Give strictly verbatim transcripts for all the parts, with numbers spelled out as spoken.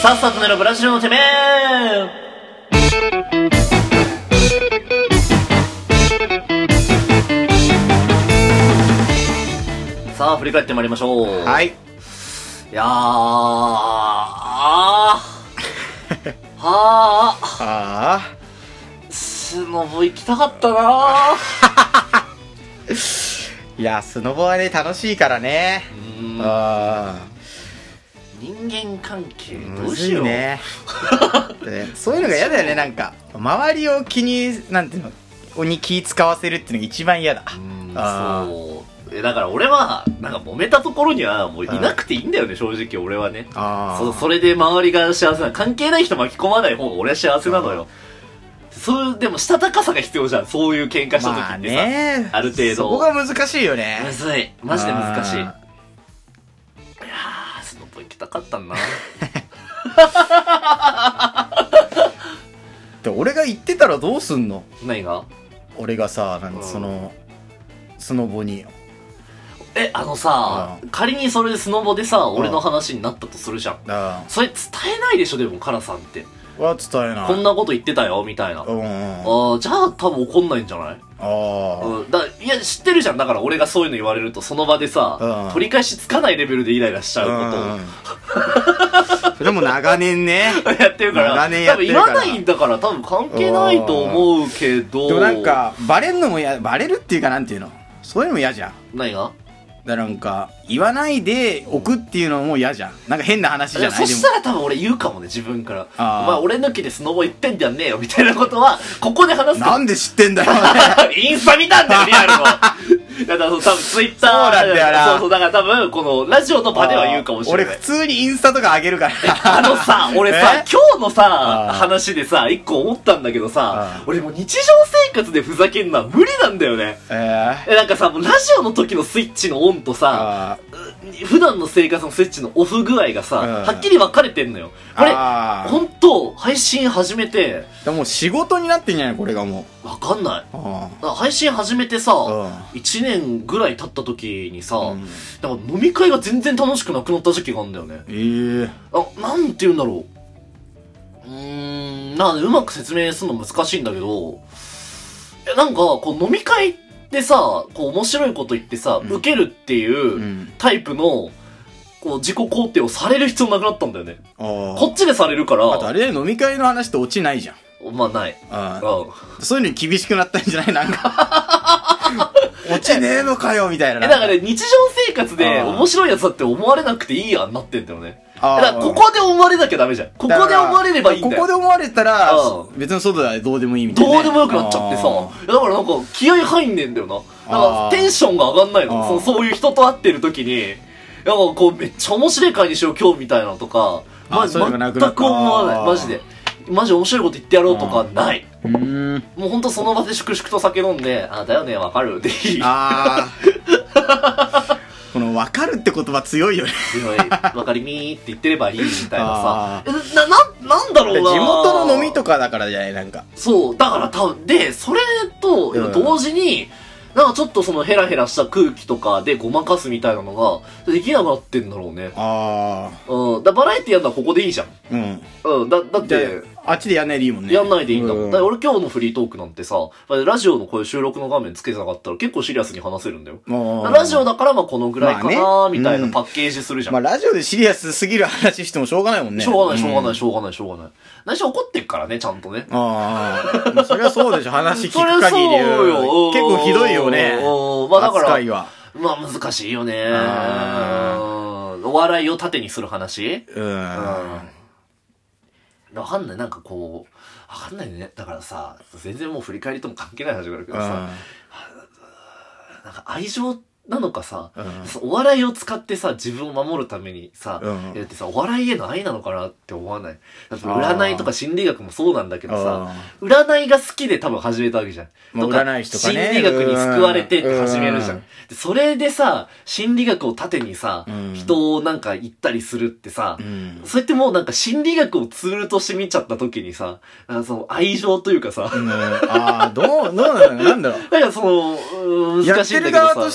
さっさと寝ろブラジルのてめえ。さあ振り返ってまいりましょう。 はい。 いやーあーはーあスノボ行きたかったなーいやスノボはね楽しいからね。 うーんあ人間関係ーどうしようむずいねでそういうのが嫌だよね。なんか周りを気になんていうのに気使わせるっていうのが一番嫌だ。 うーんあーそうえだから俺はなんか揉めたところにはもういなくていいんだよね、正直俺はね。 あそそれで周りが幸せな、関係ない人巻き込まない方が俺は幸せなのよ。そういうでもしたたかさが必要じゃん、そういう喧嘩した時ってさ、 まあね、 ある程度そこが難しいよね。 むずい、マジで難しい。いやあースノボ行きたかったなで俺が言ってたらどうすんの。 何が俺がさなんうんかそのスノボにえあのさ、 うん仮にそれでスノボでさ、 ん俺の話になったとするじゃん。 あそれ伝えないでしょでもカラさんって俺は伝えない。 こんなこと言ってたよみたいな。 うんうんああじゃあ多分怒んないんじゃない。 あうん、だいや知ってるじゃん。だから俺がそういうの言われるとその場でさ、 うん取り返しつかないレベルでイライラしちゃうあことを、 うんそれも長年ねやってるから長年や多分言ってるからわないんだから多分関係ないと思うけど。 でもなんかバレんのもやバレるっていうかなんていうのそういうのも嫌じゃん。 何がだからなんか言わないで置くっていうのも嫌じゃん。なんか変な話じゃない。 そしたら多分俺言うかもね自分からあーお前俺抜きでスノボ行ってんじゃねえよみたいなことはここで話すかなんで知ってんだよインスタ見たんだよリアルのだから多分ツイッターそうなんだよなそうそうだから多分このラジオの場では言うかもしれない。 俺普通にインスタとか上げるからあのさ、俺さ、 え今日のさ、 あー話でさ、一個思ったんだけどさあ、ー俺もう日常生活でふざけんのは無理なんだよね。 ええ、なんかさ、もうラジオの時のスイッチのオンとー、 さ、 あ普段の生活のスイッチのオフ具合がさ、 うんはっきり分かれてんのよ。これ、 あーほんと、配信始めて、 ーでももう仕事になってんじゃないこれがもわかんない。 う。あだから配信始めてさ、 ういちねんぐらい経った時にさ、 うんなんか飲み会が全然楽しくなくなった時期があるんだよね。 えー、 あ、なんて言うんだろう。うーん、なんでうまく説明するの難しいんだけど、え、なんか、こう飲み会でさ、こう面白いこと言ってさ、 うん受けるっていううんタイプの、こう自己肯定をされる必要なくなったんだよね。 あーこっちでされるから、 あとあれ飲み会の話って落ちないじゃん。 まあない。 あうん。 ーそういうのに厳しくなったんじゃないなんか落ちねえのかよみたいな。 え、だからね、日常生活であー面白いやつだって思われなくていいやんなってんだよね。 あーだからここで思われなきゃダメじゃん。ここで思われればいいんだよ。 ここで思われたらうん別に外でどうでもいいみたいな、ね、 どうでもよくなっちゃってさ。だからなんか気合入んねんだよな。なんかあーテンションが上がんないの。 あーそそういう人と会ってる時に、なんかこうめっちゃ面白い会にしよう今日みたいなのとか、まあそういうのがなくなった全く思わない。 あーマジで。マジ面白いこと言ってやろうとかない。 うーんもうほんとその場で粛々と酒飲んで、あ、だよね、わかるでいい。 ああこの分かるって言葉強いよね強い。わかりみーって言ってればいいみたいなさあ。 えな、な、なんだろうな。 地元の飲みとかだからじゃないなんかそう、だから多分、で、それとうん同時に、なんかちょっとそのヘラヘラした空気とかでごまかすみたいなのができなくなってんだろうね。 ああうん。だバラエティやるのはここでいいじゃん。 うんうん。だ、だってで、あっちでやんないでいいもんね。 やんないでいいんだもん。 うだから俺今日のフリートークなんてさ、ラジオのこういう収録の画面つけてなかったら結構シリアスに話せるんだよ。 もうラジオだからまあこのぐらいかなまあねみたいなパッケージするじゃん。 まあラジオでシリアスすぎる話してもしょうがないもんね。 しょうがないしょうがないい。 しょうがないしょうがない。何しろ怒ってっからね、ちゃんとね。 ああ、まあそれはそうでしょ。話聞それく限り。 そうよ。 結構ひどいよね。 うんまあだから、 扱いは。 まあ難しいよね。 あうんお笑いを盾にする話うん。 うん。わかんない。なんかこう、わかんないね。だからさ、全然もう振り返りとも関係ない話があるけどさ、なんか愛情なのかさ、 うんそうお笑いを使ってさ、自分を守るためにさ、 うんやってさ、お笑いへの愛なのかなって思わない。だって占いとか心理学もそうなんだけどさ、占いが好きで多分始めたわけじゃん。 まあとか占い師とかね心理学に救われてって始めるじゃん。 うんでそれでさ、心理学を盾にさ、 うん人をなんか言ったりするってさ、 うん。 それってもうなんか心理学をツールとして見ちゃった時にさ、なんかその愛情というかさ、 うんああ、どう、どうなのなんだろう。 だからその、うーんやっ難しいんてだけどさ。 る側としては心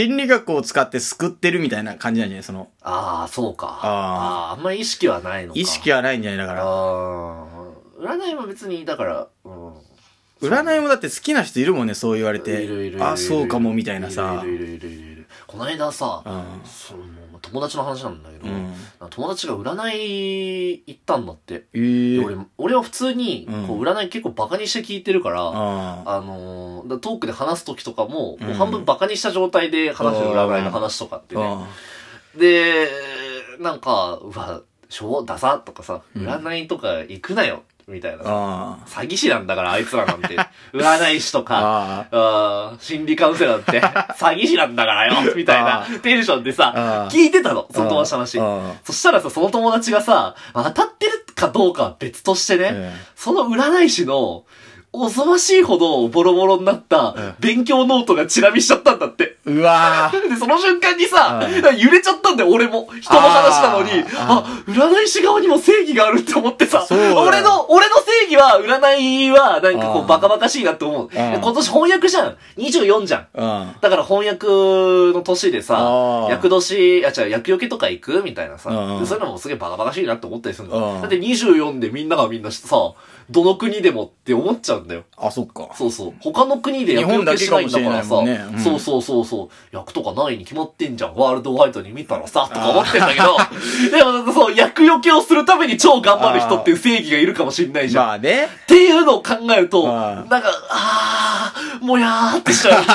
心理学を使って救ってるみたいな感じなんじゃないその。 ああ、そうか。 あーああ、あんまり意識はないのか。 意識はないんじゃないだから。 ああ、占いは別に、だから、うん。 占いもだって好きな人いるもんね、そう言われて。 いるいるいるいるあ、そうかもみたいなさ。 いるいるいるいるいる。この間さ、 うんその友達の話なんだけど、 うん、 友達が占い行ったんだって。 えー、 俺、俺は普通に、こう占い結構バカにして聞いてるから、 うん、あ, あのー、トークで話す時とかも、 うん、 もう半分バカにした状態で話してる占いの話とかってね。 うん、 で、なんか、うわ、しょう、ダサとかさ、占いとか行くなよ。みたいな。詐欺師なんだから、あいつらなんて。占い師とか、あ心理カウンセラーって、詐欺師なんだからよみたいなテンションでさ、聞いてたの、その友達の話。そしたらさ、その友達がさ、当たってるかどうかは別としてね、うん、その占い師の、恐ろしいほどボロボロになった勉強ノートがチラ見しちゃったんだって。 うわー。 で、その瞬間にさ、揺れちゃったんだよ、俺も。人の話なのに、あ、占い師側にも正義があるって思ってさ、俺の、俺の正義は、占いは、なんかこう、バカバカしいなって思う。今年翻訳じゃん。にじゅうよんじゃん。だから翻訳の年でさ、役年、あ、違う、役よけとか行くみたいなさ、そういうのもすげえバカバカしいなって思ったりするんだよ。だってにじゅうよんでみんながみんなさ、どの国でもって思っちゃうんだよ。 あ、そっか。 そうそう。他の国で役よけしないんだからさ、ねうん、そうそうそうそう、役とかないに決まってんじゃん。ワールドワイドに見たらさ、とか思ってんだけど、でもそう、役よけをするために超頑張る人っていう正義がいるかもしんないじゃん。 まあね。 っていうのを考えると、なんか、あー、もやーってしちゃう。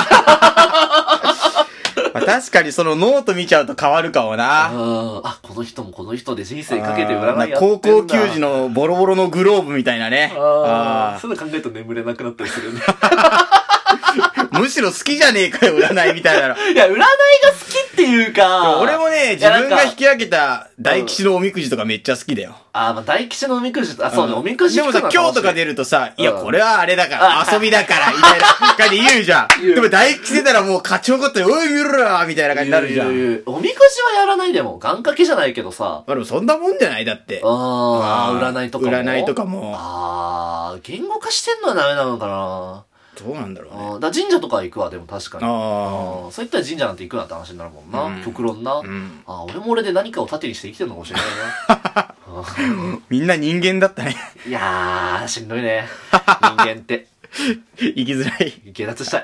まあ、確かにそのノート見ちゃうと変わるかもな。 あ、この人もこの人で人生かけて占いやってんだ。 高校球児のボロボロのグローブみたいなね。 ああ。そういうの考えると眠れなくなったりするよね。 むしろ好きじゃねえかよ、占いみたいなの。 いや、占いが好きっていうか。 俺もね、自分が引き分けた大吉のおみくじとかめっちゃ好きだよ。 ああ、まあ大吉のおみくじ、あ、そうね、おみくじ。 でもさ、今日とか出るとさ、いや、これはあれだから、遊びだから、みたいな感じで言うじゃん。でも大吉出たらもう勝ち誇って、おい、見ろーみたいな感じになるじゃん。 おみくじはやらないでも、願掛けじゃないけどさ。 まあでもそんなもんじゃないだって。 ああ、占いとかも。 占いとかも。 ああ、言語化してんのはダメなのかな。 どうなんだろうね。 だ神社とか行くわ、でも確かに。 あそういったら神社なんて行くなって話になるもんな。うん、極論な。うん、あ俺も俺で何かを盾にして生きてるのかもしれないな。みんな人間だったね。 いやー、しんどいね。人間って。 生きづらい。 下脱したい。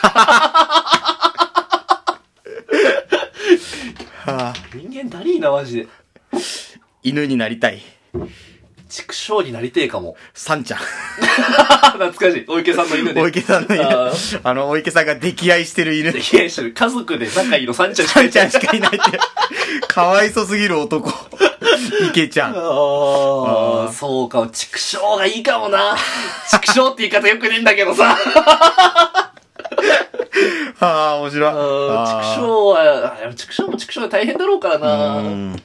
はあ、人間だりーな、マジで。 犬になりたい。 畜生になりてえかも。 サンちゃん。 懐かしい。お池さんの犬ね。 お池さんの犬。あ, あの、お池さんが溺愛してる犬。 溺愛してる。家族で仲いいのサンちゃんしかいない。サンちゃんしかいないって。かわいそすぎる男。池ちゃん。 ああ、そうかも。畜生がいいかもな。畜生って言い方よくねえんだけどさ。 ああ、面白い。 畜生は、畜生も畜生で大変だろうからな。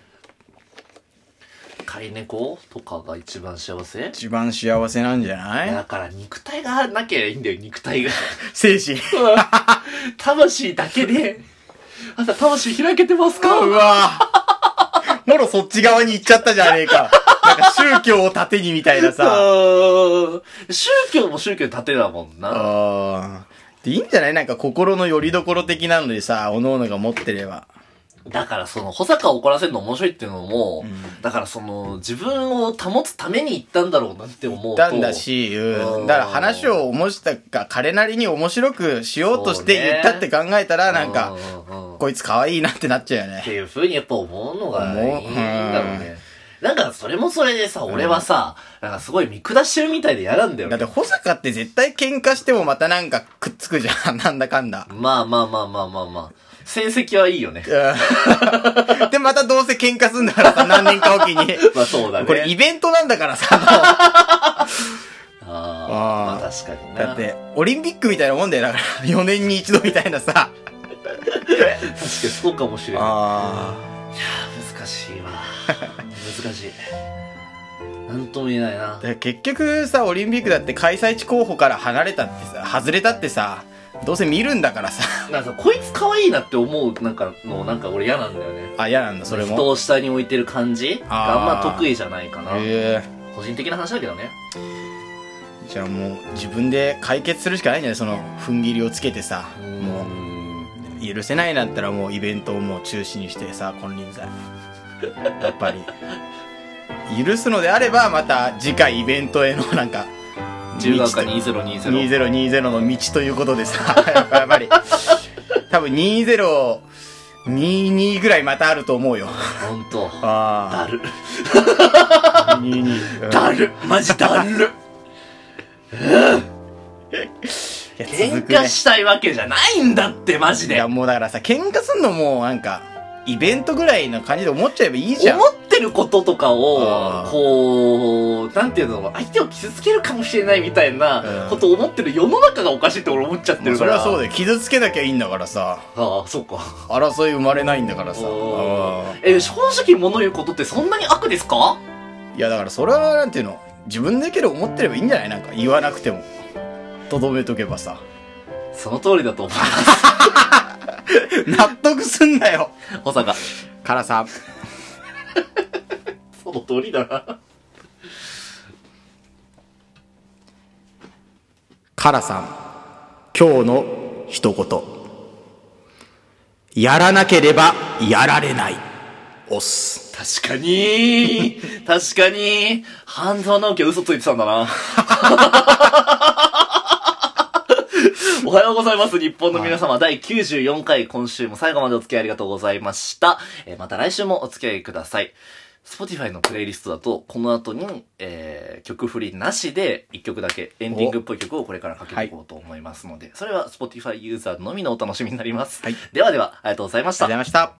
飼い猫とかが一番幸せ？ 一番幸せなんじゃない？ だから肉体がなきゃいいんだよ、肉体が。 精神。 魂だけで。あんた魂開けてますか？ うわぁ。もろそっち側に行っちゃったじゃねえか。なんか宗教を盾にみたいなさ。 宗教も宗教盾だもんな。 あでいいんじゃない？なんか心の拠り所的なのでさ、おのおのが持ってれば。 だからその、保坂を怒らせるの面白いっていうのも、うん、だからその、自分を保つために言ったんだろうなって思うと。 言ったんだし、うん。だから話を面白か、彼なりに面白くしようとして言ったって考えたら、なんか、こいつ可愛いなってなっちゃうよね。 っていう風にやっぱ思うのがいいんだろうね。なんかそれもそれでさ、俺はさ、なんかすごい見下してるみたいで嫌なんだよね。 だって保坂って絶対喧嘩してもまたなんかくっつくじゃん。なんだかんだ。 まあまあまあまあまあまあ。戦績はいいよね。 で、またどうせ喧嘩すんだからさ、何年かおきに。 まあそうだね。 これイベントなんだからさ、もう。 ああ、まあ確かにな。 だって、オリンピックみたいなもんだよ。だから、よねんに一度みたいなさ。 確かにそうかもしれない。 あいやー、難しいわ。難しい。なんとも言えないな。 結局さ、オリンピックだって開催地候補から離れたってさ、外れたってさ、どうせ見るんだからさ。 なんかこいつ可愛いなって思うなんかのなんか俺嫌なんだよね。 あ、嫌なんだ、それも。 人を下に置いてる感じがあんま得意じゃないかな。 へー。個人的な話だけどね。 じゃあもう自分で解決するしかないんじゃない？その踏ん切りをつけてさ。もう、 許せないなんたらもうイベントをもう中止にしてさ、金輪際。やっぱり。許すのであれば、また次回イベントへのなんか、 自由が丘にせんにじゅう。 にせんにじゅうの道ということでさ、やっぱり、多分にせんにじゅうにぐらいまたあると思うよ。 ほんと。 あだる。 にじゅうに、うん、 だる。マジだる。喧嘩したいわけじゃないんだって、マジで。 いや、もうだからさ、喧嘩すんのもなんか、イベントぐらいの感じで思っちゃえばいいじゃん。 思ってることとかを、こう、なんていうの、相手を傷つけるかもしれないみたいなことを思ってる世の中がおかしいって俺思っちゃってるから。 それはそうだよ。傷つけなきゃいいんだからさ。 ああ、そうか。 争い生まれないんだからさ。 え、正直物言うことってそんなに悪ですか？ いや、だからそれはなんていうの、自分だけで思ってればいいんじゃない？なんか言わなくても。とどめとけばさ。 その通りだと思います。 納得すんなよ。 保坂。 からさ。 その通りだな。 からさん。今日の一言。やらなければやられない。おっす。 確かに確かに半沢直樹は嘘ついてたんだな。おはようございます。日本の皆様、はい、だいきゅうじゅうよんかい、今週も最後までお付き合いありがとうございました。えー、また来週もお付き合いください。Spotify のプレイリストだと、この後に、えー、曲振りなしでいっきょくだけエンディングっぽい曲をこれからかけていこうと思いますので、はい、それは Spotify ユーザーのみのお楽しみになります。はい、ではでは、ありがとうございました。 ありがとうございました。